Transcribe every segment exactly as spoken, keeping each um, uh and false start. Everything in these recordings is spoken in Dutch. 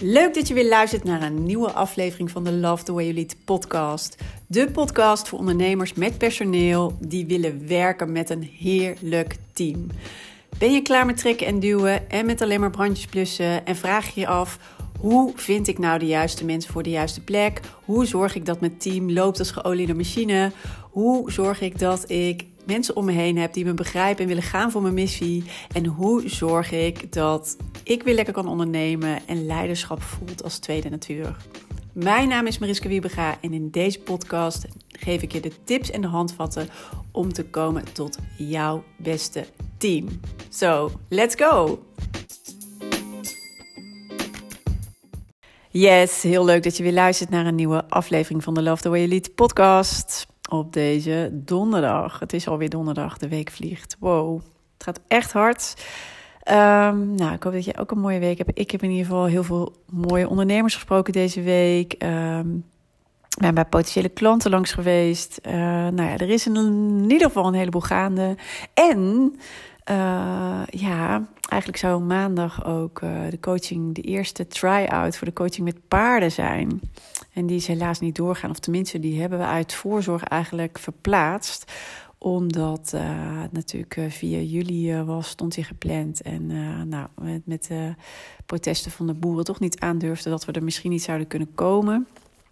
Leuk dat je weer luistert naar een nieuwe aflevering van de Love the Way You Lead podcast. De podcast voor ondernemers met personeel die willen werken met een heerlijk team. Ben je klaar met trekken en duwen en met alleen maar brandjes blussen en vraag je je af: hoe vind ik nou de juiste mensen voor de juiste plek? Hoe zorg ik dat mijn team loopt als geoliede machine? Hoe zorg ik dat ik mensen om me heen heb die me begrijpen en willen gaan voor mijn missie? En hoe zorg ik dat ik weer lekker kan ondernemen en leiderschap voelt als tweede natuur? Mijn naam is Mariska Wiebega en in deze podcast geef ik je de tips en de handvatten om te komen tot jouw beste team. So, let's go! Yes, heel leuk dat je weer luistert naar een nieuwe aflevering van de Love the Way You Lead podcast. Op deze donderdag. Het is alweer donderdag, de week vliegt. Wow, het gaat echt hard. Um, nou, ik hoop dat je ook een mooie week hebt. Ik heb in ieder geval heel veel mooie ondernemers gesproken deze week. Um, ik ben bij potentiële klanten langs geweest. Uh, nou ja, er is in, in ieder geval een heleboel gaande. En uh, ja, eigenlijk zou maandag ook uh, de coaching, de eerste try-out voor de coaching met paarden zijn. En die is helaas niet doorgaan. Of tenminste, die hebben we uit voorzorg eigenlijk verplaatst. Omdat uh, het natuurlijk uh, vier juli uh, was, stond hij gepland. En uh, nou, met, met de protesten van de boeren toch niet aandurfden dat we er misschien niet zouden kunnen komen.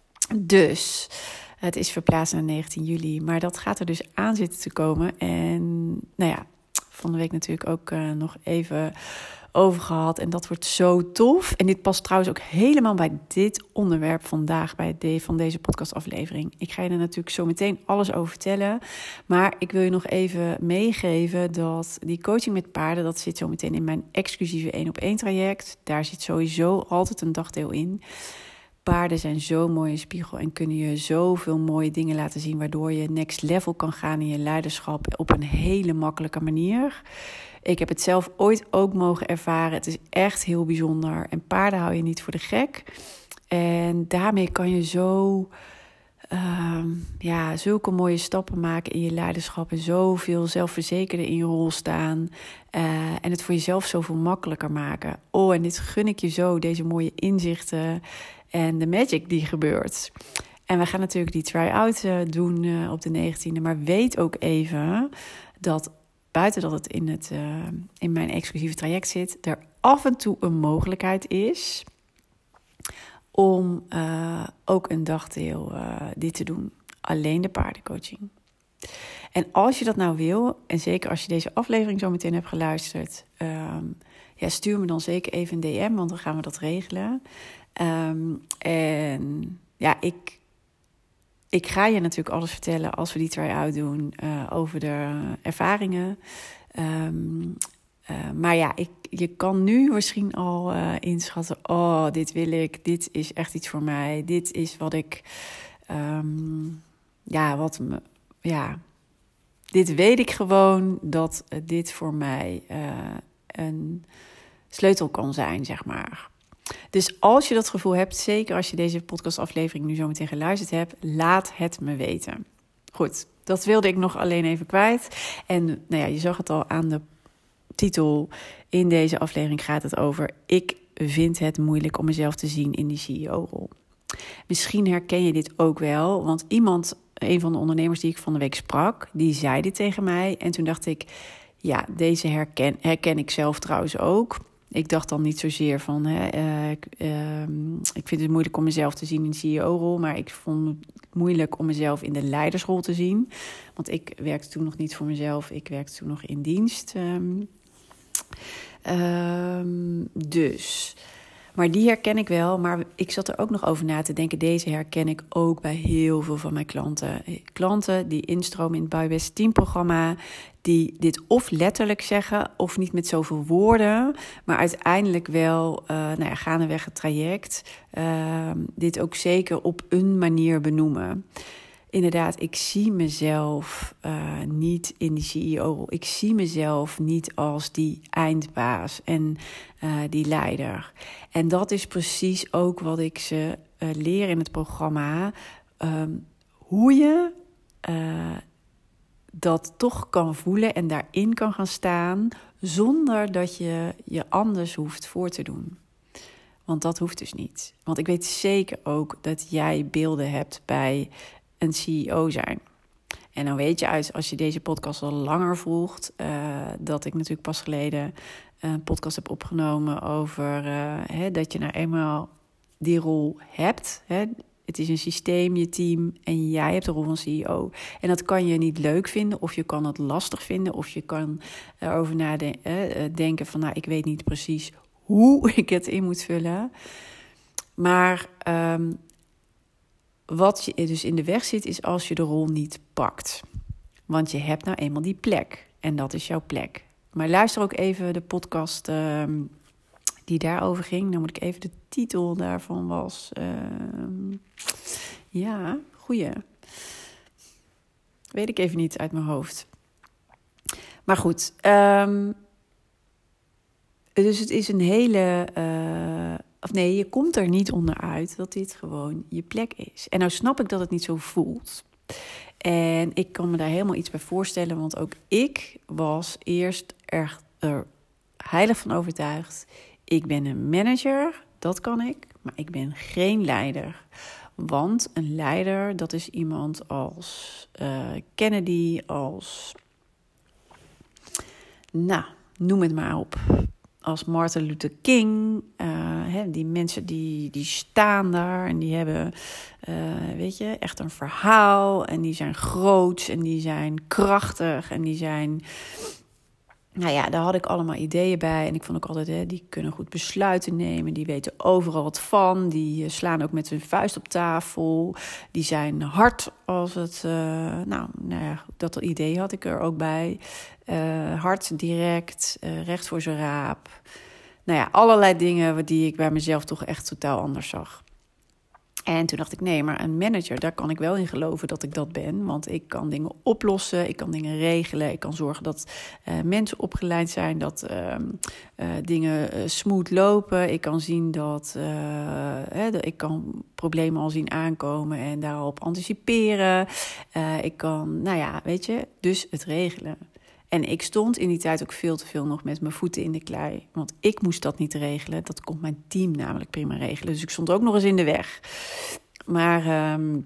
Dus het is verplaatst naar negentien juli. Maar dat gaat er dus aan zitten te komen. En nou ja, van de week natuurlijk ook uh, nog even over gehad. En dat wordt zo tof. En dit past trouwens ook helemaal bij dit onderwerp vandaag, bij de, van deze podcastaflevering. Ik ga je er natuurlijk zo meteen alles over vertellen. Maar ik wil je nog even meegeven dat die coaching met paarden, dat zit zo meteen in mijn exclusieve één op één traject. Daar zit sowieso altijd een dagdeel in. Paarden zijn zo'n mooie spiegel en kunnen je zoveel mooie dingen laten zien, waardoor je next level kan gaan in je leiderschap op een hele makkelijke manier. Ik heb het zelf ooit ook mogen ervaren. Het is echt heel bijzonder. En paarden hou je niet voor de gek. En daarmee kan je zo, uh, ja, zulke mooie stappen maken in je leiderschap. En zoveel zelfverzekerder in je rol staan. Uh, en het voor jezelf zoveel makkelijker maken. Oh, en dit gun ik je zo, deze mooie inzichten en de magic die gebeurt. En we gaan natuurlijk die try-out uh, doen uh, op de negentiende. Maar weet ook even dat buiten dat het in, het, uh, in mijn exclusieve traject zit, er af en toe een mogelijkheid is om uh, ook een dagdeel uh, dit te doen. Alleen de paardencoaching. En als je dat nou wil, en zeker als je deze aflevering zo meteen hebt geluisterd, um, ja, stuur me dan zeker even een D M, want dan gaan we dat regelen. Um, en ja, ik... Ik ga je natuurlijk alles vertellen als we die try-out doen uh, over de ervaringen. Um, uh, maar ja, ik, je kan nu misschien al uh, inschatten, oh, dit wil ik, dit is echt iets voor mij. Dit is wat ik, um, ja, wat me, ja, dit weet ik gewoon dat uh, dit voor mij uh, een sleutel kan zijn, zeg maar. Dus als je dat gevoel hebt, zeker als je deze podcastaflevering nu zo meteen geluisterd hebt, laat het me weten. Goed, dat wilde ik nog alleen even kwijt. En nou ja, je zag het al aan de titel. In deze aflevering gaat het over: ik vind het moeilijk om mezelf te zien in die C E O-rol. Misschien herken je dit ook wel, want iemand, een van de ondernemers die ik van de week sprak, die zei dit tegen mij. En toen dacht ik, ja, deze herken, herken ik zelf trouwens ook. Ik dacht dan niet zozeer van, hè, uh, ik, uh, ik vind het moeilijk om mezelf te zien in de C E O-rol, maar ik vond het moeilijk om mezelf in de leidersrol te zien. Want ik werkte toen nog niet voor mezelf, ik werkte toen nog in dienst. Um, um, dus, maar die herken ik wel, maar ik zat er ook nog over na te denken. Deze herken ik ook bij heel veel van mijn klanten. Klanten die instromen in het Buybest teamprogramma, die dit of letterlijk zeggen of niet met zoveel woorden, maar uiteindelijk wel, uh, nou ja, gaandeweg het traject, uh, dit ook zeker op een manier benoemen. Inderdaad, ik zie mezelf uh, niet in die C E O-rol. Ik zie mezelf niet als die eindbaas en uh, die leider. En dat is precies ook wat ik ze uh, leer in het programma. Um, hoe je Uh, dat toch kan voelen en daarin kan gaan staan, zonder dat je je anders hoeft voor te doen. Want dat hoeft dus niet. Want ik weet zeker ook dat jij beelden hebt bij een C E O zijn. En dan weet je uit, als je deze podcast al langer volgt, uh, dat ik natuurlijk pas geleden een podcast heb opgenomen over uh, hè, dat je nou eenmaal die rol hebt. Hè. Het is een systeem, je team en jij hebt de rol van C E O. En dat kan je niet leuk vinden of je kan het lastig vinden of je kan erover nadenken van nou, ik weet niet precies hoe ik het in moet vullen. Maar um, wat je dus in de weg zit is als je de rol niet pakt. Want je hebt nou eenmaal die plek en dat is jouw plek. Maar luister ook even de podcast uh, die daarover ging. Dan moet ik even de titel daarvan was. Uh, ja, goeie. Weet ik even niet uit mijn hoofd. Maar goed. Um, dus het is een hele... Uh, of nee, je komt er niet onderuit dat dit gewoon je plek is. En nou snap ik dat het niet zo voelt. En ik kan me daar helemaal iets bij voorstellen. Want ook ik was eerst erg er heilig van overtuigd. Ik ben een manager, dat kan ik. Maar ik ben geen leider. Want een leider, dat is iemand als uh, Kennedy, als... Nou, noem het maar op. Als Martin Luther King. Uh, hè, die mensen die, die staan daar en die hebben, uh, weet je, echt een verhaal. En die zijn groots en die zijn krachtig en die zijn... Nou ja, daar had ik allemaal ideeën bij. En ik vond ook altijd, hè, die kunnen goed besluiten nemen. Die weten overal wat van. Die slaan ook met hun vuist op tafel. Die zijn hard als het... Uh, nou, nou ja, dat idee had ik er ook bij. Uh, hard, direct, uh, recht voor zijn raap. Nou ja, allerlei dingen die ik bij mezelf toch echt totaal anders zag. En toen dacht ik, nee, maar een manager, daar kan ik wel in geloven dat ik dat ben. Want ik kan dingen oplossen, ik kan dingen regelen. Ik kan zorgen dat uh, mensen opgeleid zijn, dat uh, uh, dingen uh, smooth lopen. Ik kan zien dat, uh, hè, dat ik kan problemen al zien aankomen en daarop anticiperen. Uh, ik kan, nou ja, weet je, dus het regelen. En ik stond in die tijd ook veel te veel nog met mijn voeten in de klei. Want ik moest dat niet regelen. Dat kon mijn team namelijk prima regelen. Dus ik stond ook nog eens in de weg. Maar um,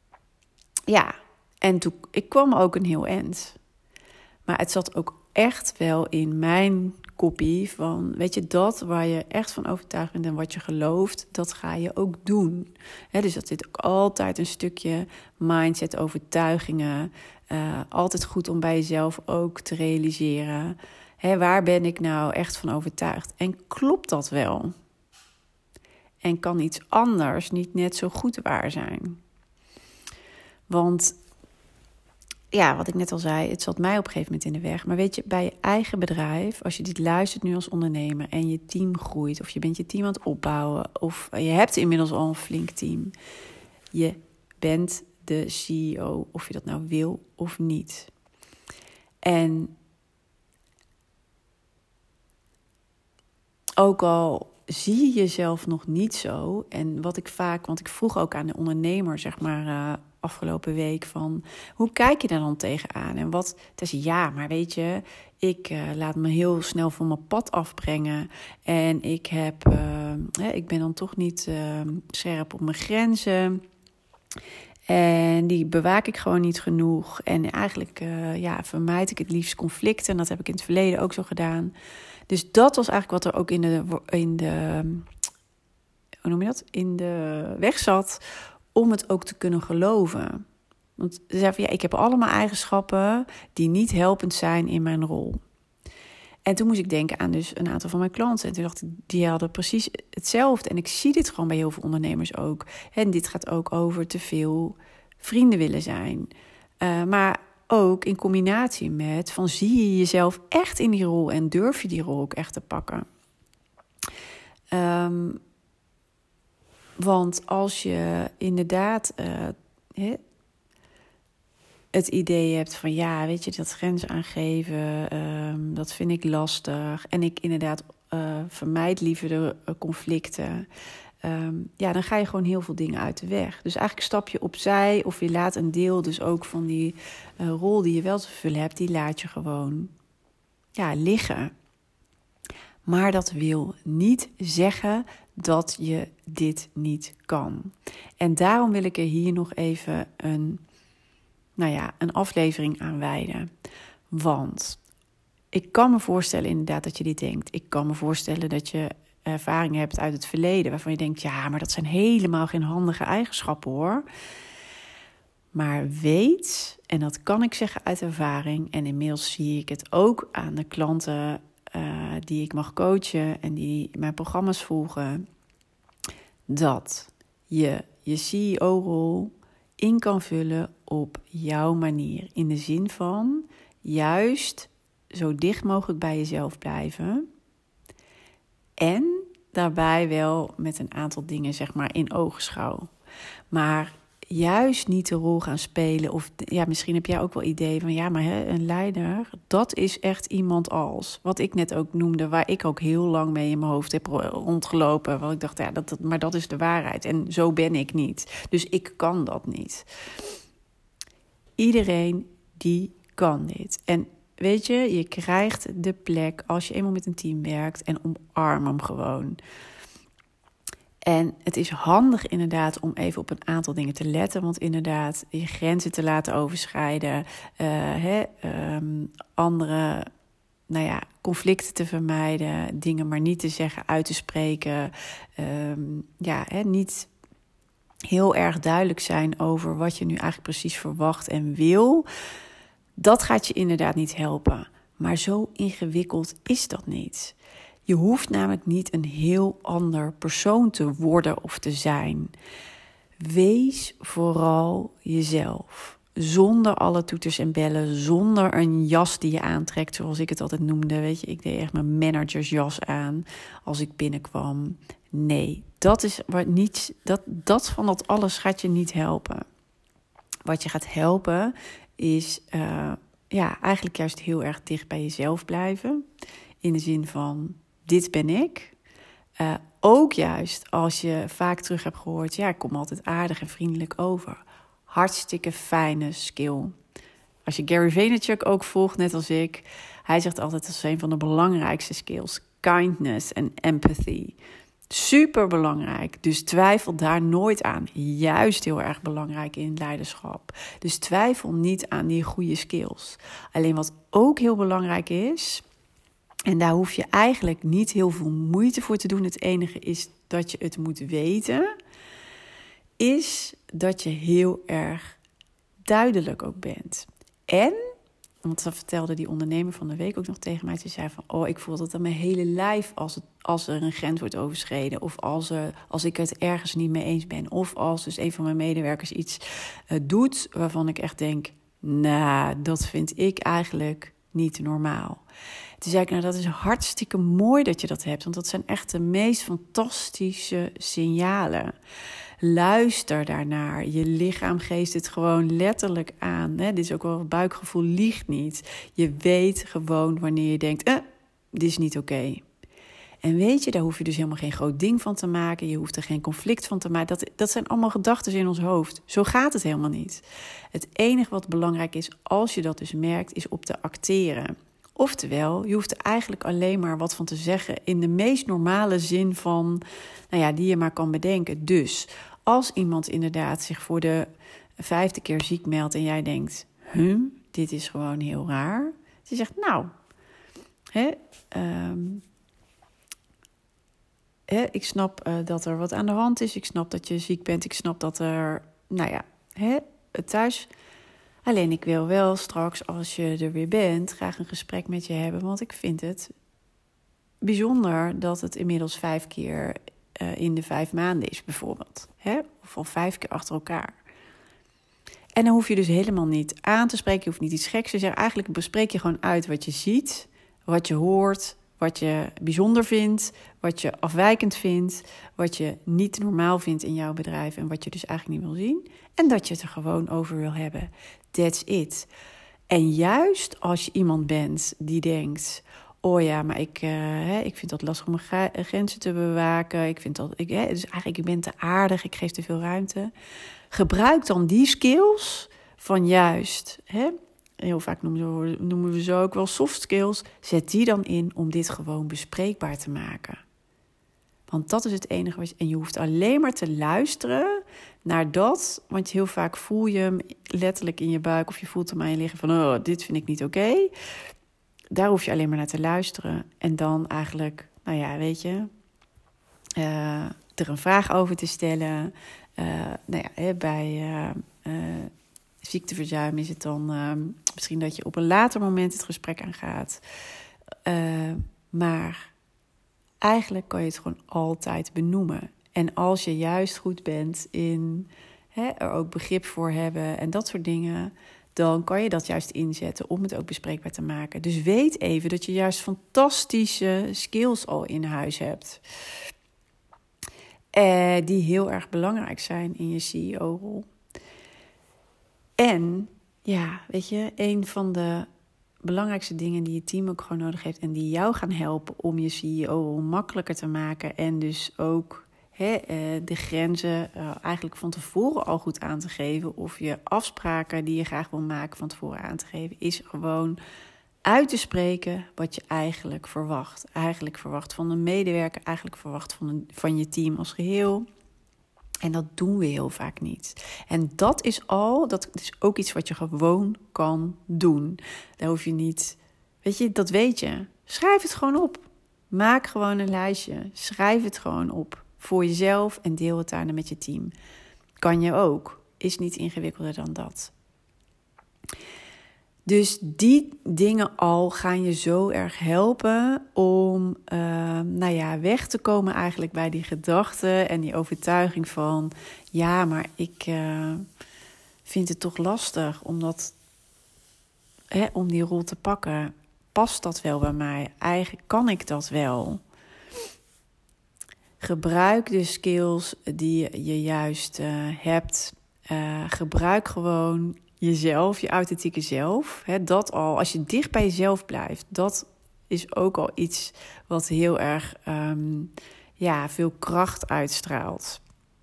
ja, en toen, ik kwam ook een heel eind. Maar het zat ook echt wel in mijn kopie van... weet je, dat waar je echt van overtuigd bent en wat je gelooft... dat ga je ook doen. He, dus dat zit ook altijd een stukje mindset, overtuigingen... Uh, altijd goed om bij jezelf ook te realiseren... He, waar ben ik nou echt van overtuigd? En klopt dat wel? En kan iets anders niet net zo goed waar zijn? Want... ja, wat ik net al zei, het zat mij op een gegeven moment in de weg. Maar weet je, bij je eigen bedrijf, als je dit luistert nu als ondernemer... en je team groeit, of je bent je team aan het opbouwen... of je hebt inmiddels al een flink team... je bent de C E O, of je dat nou wil of niet. En ook al zie je jezelf nog niet zo... en wat ik vaak, want ik vroeg ook aan de ondernemer, zeg maar... Uh, afgelopen week van, hoe kijk je daar dan tegenaan? En wat, het is ja, maar weet je, ik uh, laat me heel snel van mijn pad afbrengen. En ik heb, uh, hè, ik ben dan toch niet uh, scherp op mijn grenzen. En die bewaak ik gewoon niet genoeg. En eigenlijk uh, ja, vermijd ik het liefst conflicten. En dat heb ik in het verleden ook zo gedaan. Dus dat was eigenlijk wat er ook in de, in de hoe noem je dat? In de weg zat... om het ook te kunnen geloven. Want ze zei van ja, ik heb allemaal eigenschappen die niet helpend zijn in mijn rol. En toen moest ik denken aan dus een aantal van mijn klanten. En toen dacht ik, die hadden precies hetzelfde. En ik zie dit gewoon bij heel veel ondernemers ook. En dit gaat ook over te veel vrienden willen zijn. Uh, maar ook in combinatie met van zie je jezelf echt in die rol en durf je die rol ook echt te pakken. Um, Want als je inderdaad uh, he, het idee hebt van... ja, weet je, dat grenzen aangeven, um, dat vind ik lastig... en ik inderdaad uh, vermijd liever de uh, conflicten... Um, ja, dan ga je gewoon heel veel dingen uit de weg. Dus eigenlijk stap je opzij of je laat een deel... dus ook van die uh, rol die je wel te vullen hebt... die laat je gewoon ja, liggen. Maar dat wil niet zeggen dat je dit niet kan. En daarom wil ik er hier nog even een, nou ja, een aflevering aan wijden. Want ik kan me voorstellen inderdaad dat je dit denkt. Ik kan me voorstellen dat je ervaringen hebt uit het verleden waarvan je denkt, ja, maar dat zijn helemaal geen handige eigenschappen hoor. Maar weet, en dat kan ik zeggen uit ervaring, en inmiddels zie ik het ook aan de klanten uh, die ik mag coachen en die mijn programma's volgen, dat je je C E O-rol in kan vullen op jouw manier. In de zin van juist zo dicht mogelijk bij jezelf blijven. En daarbij wel met een aantal dingen zeg maar in oogschouw. Maar juist niet de rol gaan spelen. Of ja, misschien heb jij ook wel idee van ja, maar hè, een leider, dat is echt iemand als. Wat ik net ook noemde, waar ik ook heel lang mee in mijn hoofd heb rondgelopen. Want ik dacht, ja, dat, dat, maar dat is de waarheid. En zo ben ik niet. Dus ik kan dat niet. Iedereen die kan dit. En weet je, je krijgt de plek als je eenmaal met een team werkt en omarm hem gewoon. En het is handig inderdaad om even op een aantal dingen te letten. Want inderdaad, je grenzen te laten overschrijden. Uh, hè, um, andere nou ja, conflicten te vermijden. Dingen maar niet te zeggen, uit te spreken. Um, ja, hè, niet heel erg duidelijk zijn over wat je nu eigenlijk precies verwacht en wil. Dat gaat je inderdaad niet helpen. Maar zo ingewikkeld is dat niet. Je hoeft namelijk niet een heel ander persoon te worden of te zijn. Wees vooral jezelf. Zonder alle toeters en bellen. Zonder een jas die je aantrekt, zoals ik het altijd noemde. Weet je, ik deed echt mijn managersjas aan als ik binnenkwam. Nee, dat is wat niet, dat, dat van dat alles gaat je niet helpen. Wat je gaat helpen is uh, ja, eigenlijk juist heel erg dicht bij jezelf blijven. In de zin van, dit ben ik. Uh, ook juist als je vaak terug hebt gehoord, ja, ik kom altijd aardig en vriendelijk over. Hartstikke fijne skill. Als je Gary Vaynerchuk ook volgt, net als ik, hij zegt altijd, dat is een van de belangrijkste skills. Kindness en empathy. Super belangrijk. Dus twijfel daar nooit aan. Juist heel erg belangrijk in leiderschap. Dus twijfel niet aan die goede skills. Alleen wat ook heel belangrijk is, en daar hoef je eigenlijk niet heel veel moeite voor te doen. Het enige is dat je het moet weten, is dat je heel erg duidelijk ook bent. En, want dat vertelde die ondernemer van de week ook nog tegen mij. Ze zei van, oh, ik voel dat aan mijn hele lijf als, het, als er een grens wordt overschreden. Of als, er, als ik het ergens niet mee eens ben. Of als dus een van mijn medewerkers iets uh, doet waarvan ik echt denk, nou, dat vind ik eigenlijk niet normaal. Toen zei ik, nou, dat is hartstikke mooi dat je dat hebt. Want dat zijn echt de meest fantastische signalen. Luister daarnaar. Je lichaam geeft het gewoon letterlijk aan. Hè? Dit is ook wel, het buikgevoel liegt niet. Je weet gewoon wanneer je denkt, eh, dit is niet oké. Okay. En weet je, daar hoef je dus helemaal geen groot ding van te maken. Je hoeft er geen conflict van te maken. Dat, dat zijn allemaal gedachten in ons hoofd. Zo gaat het helemaal niet. Het enige wat belangrijk is, als je dat dus merkt, is op te acteren. Oftewel, je hoeft er eigenlijk alleen maar wat van te zeggen in de meest normale zin van, nou ja, die je maar kan bedenken. Dus als iemand inderdaad zich voor de vijfde keer ziek meldt en jij denkt, huh, dit is gewoon heel raar. Je zegt, nou, hè, um, hè, ik snap uh, dat er wat aan de hand is. Ik snap dat je ziek bent. Ik snap dat er, nou ja, hè, thuis. Alleen ik wil wel straks, als je er weer bent, graag een gesprek met je hebben. Want ik vind het bijzonder dat het inmiddels vijf keer uh, in de vijf maanden is bijvoorbeeld. Hè? Of al vijf keer achter elkaar. En dan hoef je dus helemaal niet aan te spreken. Je hoeft niet iets geks te zeggen. Eigenlijk bespreek je gewoon uit wat je ziet, wat je hoort, wat je bijzonder vindt, wat je afwijkend vindt, wat je niet normaal vindt in jouw bedrijf en wat je dus eigenlijk niet wil zien. En dat je het er gewoon over wil hebben. That's it. En juist als je iemand bent die denkt, oh ja, maar ik, uh, hè, ik vind dat lastig om mijn grenzen te bewaken. Ik vind dat, ik, hè, dus eigenlijk ik ben te aardig, ik geef te veel ruimte. Gebruik dan die skills van juist, hè, heel vaak noemen we, noemen we ze ook wel soft skills. Zet die dan in om dit gewoon bespreekbaar te maken. Want dat is het enige wat je... En je hoeft alleen maar te luisteren naar dat. Want heel vaak voel je hem letterlijk in je buik. Of je voelt hem aan je liggen van... oh, dit vind ik niet oké. Okay. Daar hoef je alleen maar naar te luisteren. En dan eigenlijk, nou ja, weet je... Uh, er een vraag over te stellen. Uh, nou ja, hè, bij uh, uh, ziekteverzuim is het dan... Uh, misschien dat je op een later moment het gesprek aangaat. Uh, maar... Eigenlijk kan je het gewoon altijd benoemen. En als je juist goed bent in hè, er ook begrip voor hebben en dat soort dingen... dan kan je dat juist inzetten om het ook bespreekbaar te maken. Dus weet even dat je juist fantastische skills al in huis hebt. Eh, die heel erg belangrijk zijn in je C E O-rol. En ja, weet je, een van de... belangrijkste dingen die je team ook gewoon nodig heeft... en die jou gaan helpen om je C E O makkelijker te maken... en dus ook hè, de grenzen uh, eigenlijk van tevoren al goed aan te geven... of je afspraken die je graag wil maken van tevoren aan te geven... is gewoon uit te spreken wat je eigenlijk verwacht. Eigenlijk verwacht van een medewerker, eigenlijk verwacht van, een, van je team als geheel... En dat doen we heel vaak niet. En dat is al, dat is ook iets wat je gewoon kan doen. Daar hoef je niet, weet je, dat weet je. Schrijf het gewoon op. Maak gewoon een lijstje. Schrijf het gewoon op. Voor jezelf en deel het daarna met je team. Kan je ook. Is niet ingewikkelder dan dat. Dus die dingen al gaan je zo erg helpen om uh, nou ja, weg te komen eigenlijk bij die gedachte en die overtuiging van... ja, maar ik uh, vind het toch lastig om, dat, hè, om die rol te pakken. Past dat wel bij mij? Eigenlijk kan ik dat wel. Gebruik de skills die je juist uh, hebt. Uh, gebruik gewoon... jezelf, je authentieke zelf. Hè, dat al, als je dicht bij jezelf blijft, dat is ook al iets wat heel erg um, ja, veel kracht uitstraalt.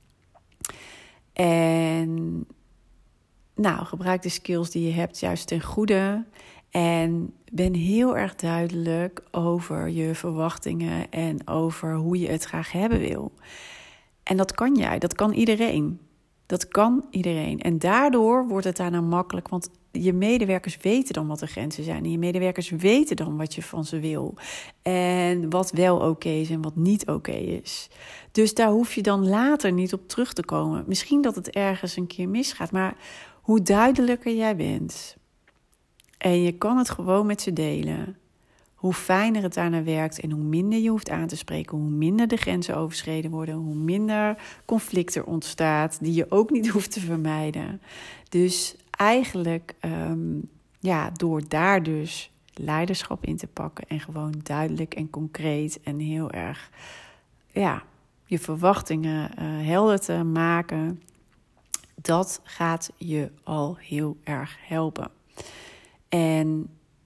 En nou, gebruik de skills die je hebt juist ten goede. En ben heel erg duidelijk over je verwachtingen en over hoe je het graag hebben wil. En dat kan jij, dat kan iedereen. Dat kan iedereen. En daardoor wordt het daarna makkelijk. Want je medewerkers weten dan wat de grenzen zijn. En je medewerkers weten dan wat je van ze wil. En wat wel oké is en wat niet oké is. Dus daar hoef je dan later niet op terug te komen. Misschien dat het ergens een keer misgaat. Maar hoe duidelijker jij bent. En je kan het gewoon met ze delen. Hoe fijner het daarna werkt en hoe minder je hoeft aan te spreken... hoe minder de grenzen overschreden worden... hoe minder conflict er ontstaat die je ook niet hoeft te vermijden. Dus eigenlijk, um, ja, door daar dus leiderschap in te pakken... en gewoon duidelijk en concreet en heel erg... ja, je verwachtingen uh, helder te maken... dat gaat je al heel erg helpen. En...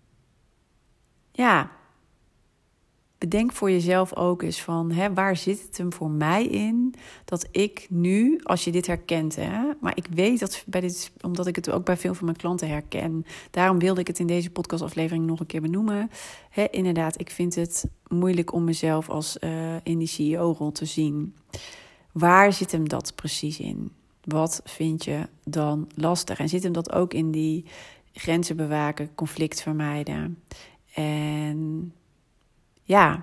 ja, bedenk voor jezelf ook eens van... Hè, waar zit het hem voor mij in dat ik nu, als je dit herkent... Hè, maar ik weet dat bij dit, omdat ik het ook bij veel van mijn klanten herken... daarom wilde ik het in deze podcastaflevering nog een keer benoemen. Hè, inderdaad, ik vind het moeilijk om mezelf als uh, in die C E O-rol te zien. Waar zit hem dat precies in? Wat vind je dan lastig? En zit hem dat ook in die grenzen bewaken, conflict vermijden... En ja,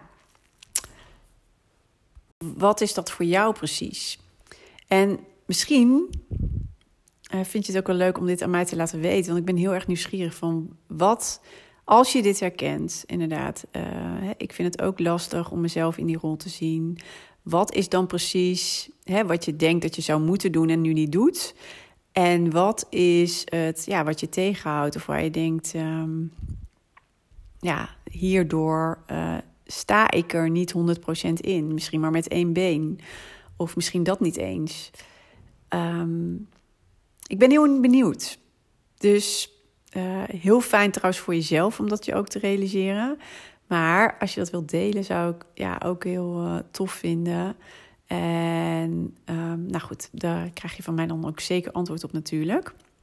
wat is dat voor jou precies? En misschien uh, vind je het ook wel leuk om dit aan mij te laten weten. Want ik ben heel erg nieuwsgierig van wat, als je dit herkent, inderdaad. Uh, ik vind het ook lastig om mezelf in die rol te zien. Wat is dan precies hè, wat je denkt dat je zou moeten doen en nu niet doet? En wat is het ja, wat je tegenhoudt of waar je denkt... Um, ja, hierdoor uh, sta ik er niet honderd procent in. Misschien maar met één been. Of misschien dat niet eens. Um, ik ben heel benieuwd. Dus uh, heel fijn trouwens voor jezelf om dat je ook te realiseren. Maar als je dat wilt delen, zou ik ja, ook heel uh, tof vinden. En um, nou goed, daar krijg je van mij dan ook zeker antwoord op natuurlijk.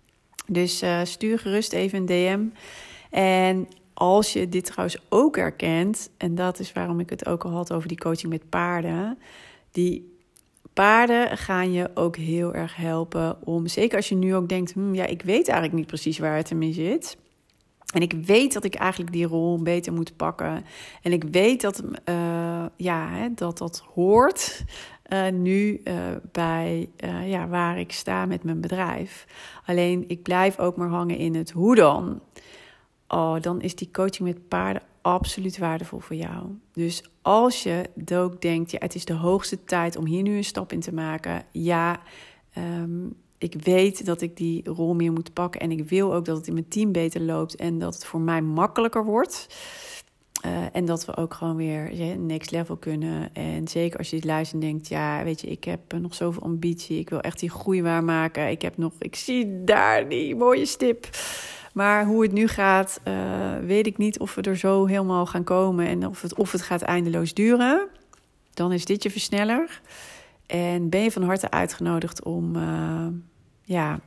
Dus uh, stuur gerust even een D M. En als je dit trouwens ook herkent, en dat is waarom ik het ook al had over die coaching met paarden. Die paarden gaan je ook heel erg helpen om, zeker als je nu ook denkt, hm, ja, ik weet eigenlijk niet precies waar het in zit. En ik weet dat ik eigenlijk die rol beter moet pakken. En ik weet dat uh, ja, hè, dat, dat hoort uh, nu uh, bij uh, ja, waar ik sta met mijn bedrijf. Alleen ik blijf ook maar hangen in het hoe dan. Oh, dan is die coaching met paarden absoluut waardevol voor jou. Dus als je ook denkt, ja, het is de hoogste tijd om hier nu een stap in te maken. Ja, um, ik weet dat ik die rol meer moet pakken. En ik wil ook dat het in mijn team beter loopt. En dat het voor mij makkelijker wordt. Uh, en dat we ook gewoon weer ja, next level kunnen. En zeker als je dit luistert en denkt, ja, weet je, ik heb nog zoveel ambitie. Ik wil echt die groei waarmaken. Ik heb nog, ik zie daar die mooie stip. Maar hoe het nu gaat, uh, weet ik niet of we er zo helemaal gaan komen. En of het, of het gaat eindeloos duren. Dan is dit je versneller. En ben je van harte uitgenodigd om, uh, ja,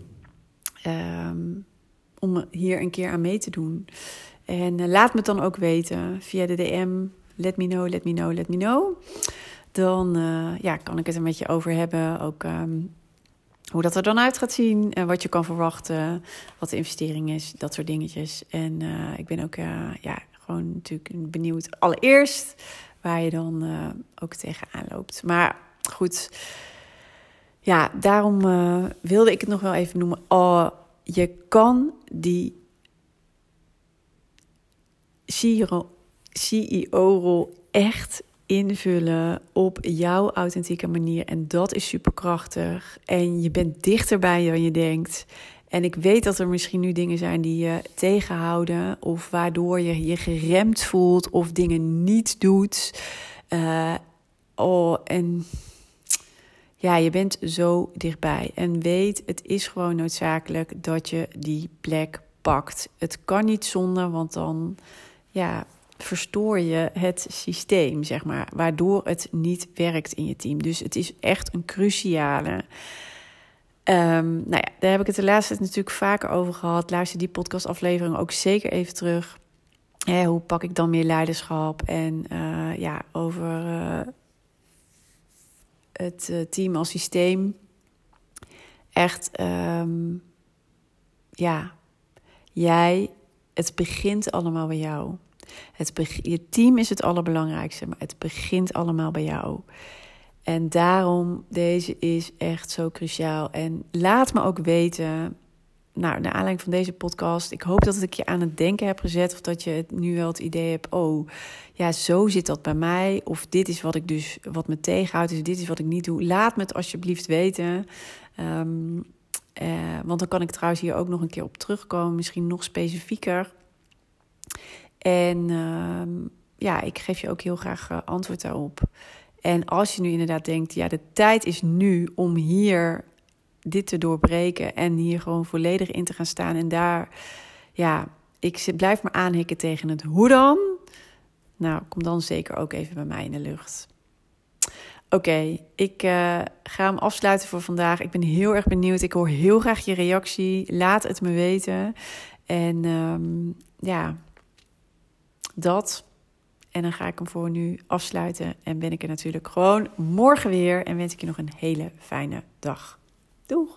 um, om hier een keer aan mee te doen. En uh, laat me het dan ook weten via de D M. Let me know, let me know, let me know. Dan uh, ja, kan ik het er met je over hebben. Ook um, hoe dat er dan uit gaat zien. En wat je kan verwachten. Wat de investering is. Dat soort dingetjes. En uh, ik ben ook uh, ja, gewoon natuurlijk benieuwd. Allereerst waar je dan uh, ook tegenaan loopt. Maar goed. Ja, daarom uh, wilde ik het nog wel even noemen. Oh, je kan die C E O-rol echt invullen op jouw authentieke manier. En dat is superkrachtig. En je bent dichterbij dan je denkt. En ik weet dat er misschien nu dingen zijn die je tegenhouden. Of waardoor je je geremd voelt. Of dingen niet doet. Uh, oh, en ja, je bent zo dichtbij. En weet, het is gewoon noodzakelijk dat je die plek pakt. Het kan niet zonder, want dan ja, verstoor je het systeem, zeg maar. Waardoor het niet werkt in je team. Dus het is echt een cruciale. Um, nou ja, daar heb ik het de laatste tijd natuurlijk vaker over gehad. Luister die podcastaflevering ook zeker even terug. Hè, hoe pak ik dan meer leiderschap? En uh, ja, over Uh, het uh, team als systeem. Echt, um, ja, jij, het begint allemaal bij jou. Het be- je team is het allerbelangrijkste, maar het begint allemaal bij jou. En daarom, deze is echt zo cruciaal. En laat me ook weten, nou, naar aanleiding van deze podcast, ik hoop dat ik je aan het denken heb gezet, of dat je het nu wel het idee hebt, oh, ja, zo zit dat bij mij. Of dit is wat ik dus, wat me tegenhoudt, dus dit is wat ik niet doe. Laat me het alsjeblieft weten. Um, uh, want dan kan ik trouwens hier ook nog een keer op terugkomen, misschien nog specifieker. En uh, ja, ik geef je ook heel graag uh, antwoord daarop. En als je nu inderdaad denkt, ja, de tijd is nu om hier dit te doorbreken en hier gewoon volledig in te gaan staan. En daar, ja, ik blijf maar aanhikken tegen het hoe dan. Nou, kom dan zeker ook even bij mij in de lucht. Oké, okay, ik uh, ga hem afsluiten voor vandaag. Ik ben heel erg benieuwd. Ik hoor heel graag je reactie. Laat het me weten. En um, ja, dat. En dan ga ik hem voor nu afsluiten. En ben ik er natuurlijk gewoon morgen weer. En wens ik je nog een hele fijne dag. Doeg!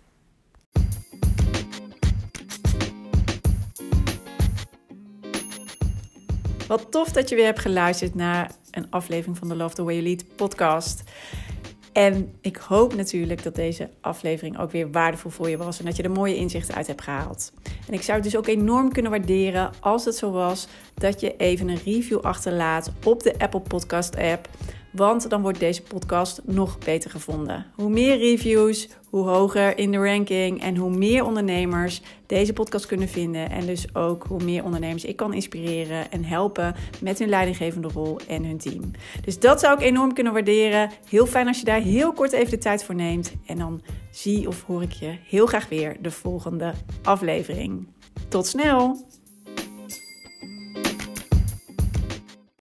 Wat tof dat je weer hebt geluisterd naar een aflevering van de Love the Way You Lead podcast. En ik hoop natuurlijk dat deze aflevering ook weer waardevol voor je was en dat je er mooie inzichten uit hebt gehaald. En ik zou het dus ook enorm kunnen waarderen als het zo was dat je even een review achterlaat op de Apple Podcast app. Want dan wordt deze podcast nog beter gevonden. Hoe meer reviews, hoe hoger in de ranking en hoe meer ondernemers deze podcast kunnen vinden. En dus ook hoe meer ondernemers ik kan inspireren en helpen met hun leidinggevende rol en hun team. Dus dat zou ik enorm kunnen waarderen. Heel fijn als je daar heel kort even de tijd voor neemt. En dan zie of hoor ik je heel graag weer de volgende aflevering. Tot snel!